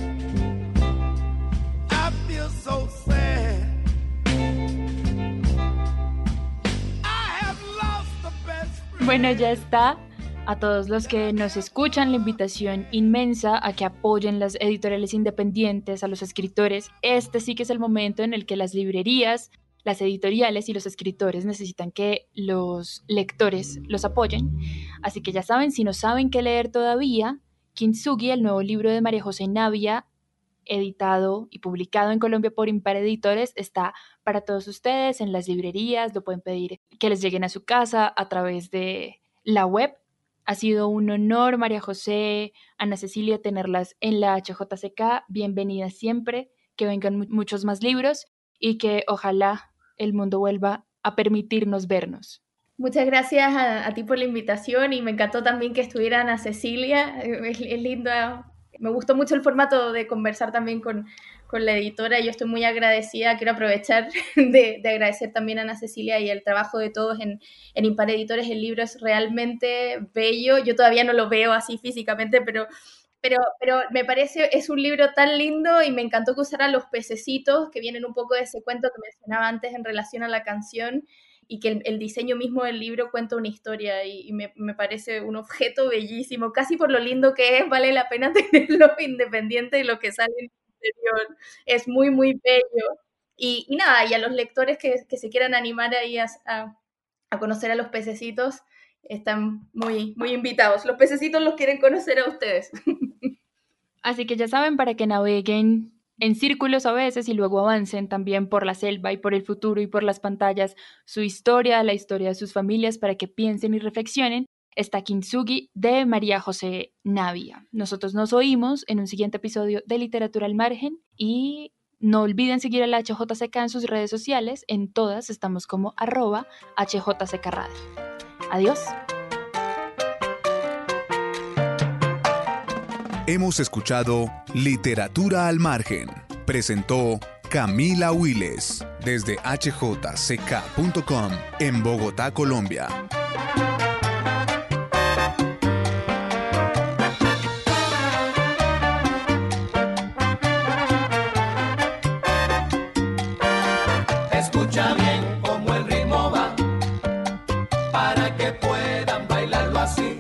I feel so sad. I have lost the best friend. Bueno, ya está. A todos los que nos escuchan, la invitación inmensa a que apoyen las editoriales independientes, a los escritores. Este sí que es el momento en el que las librerías, las editoriales y los escritores necesitan que los lectores los apoyen. Así que ya saben, si no saben qué leer todavía, Kintsugi, el nuevo libro de María José Navia, editado y publicado en Colombia por Impar Editores, está para todos ustedes en las librerías. Lo pueden pedir que les lleguen a su casa a través de la web. Ha sido un honor, María José, Ana Cecilia, tenerlas en la H J C K. Bienvenidas siempre, que vengan muchos más libros y que ojalá el mundo vuelva a permitirnos vernos. Muchas gracias a, a ti por la invitación, y me encantó también que estuviera Ana Cecilia. Es, es lindo, me gustó mucho el formato de conversar también con, con la editora. Yo estoy muy agradecida. Quiero aprovechar de, de agradecer también a Ana Cecilia y el trabajo de todos en, en Impar Editores. El libro es realmente bello. Yo todavía no lo veo así físicamente, pero, pero, pero me parece, es un libro tan lindo, y me encantó que usara los pececitos que vienen un poco de ese cuento que mencionaba antes en relación a la canción, y que el, el diseño mismo del libro cuenta una historia, y, y me, me parece un objeto bellísimo. Casi por lo lindo que es, vale la pena tenerlo independiente de lo que sale en el interior. Es muy, muy bello. Y, y nada, y a los lectores que, que se quieran animar ahí a, a, a conocer a los pececitos, están muy, muy invitados. Los pececitos los quieren conocer a ustedes. Así que ya saben, para que naveguen en círculos a veces y luego avancen también por la selva y por el futuro y por las pantallas, su historia, la historia de sus familias, para que piensen y reflexionen, está Kintsugi de María José Navia. Nosotros nos oímos en un siguiente episodio de Literatura al Margen, y no olviden seguir a la H J C K en sus redes sociales. En todas estamos como arroba H J C K Radio. Adiós. Hemos escuchado Literatura al Margen. Presentó Camila Huiles desde H J C K punto com en Bogotá, Colombia. Escucha bien cómo el ritmo va, para que puedan bailarlo así.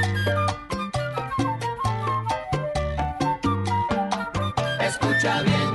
Escucha bien.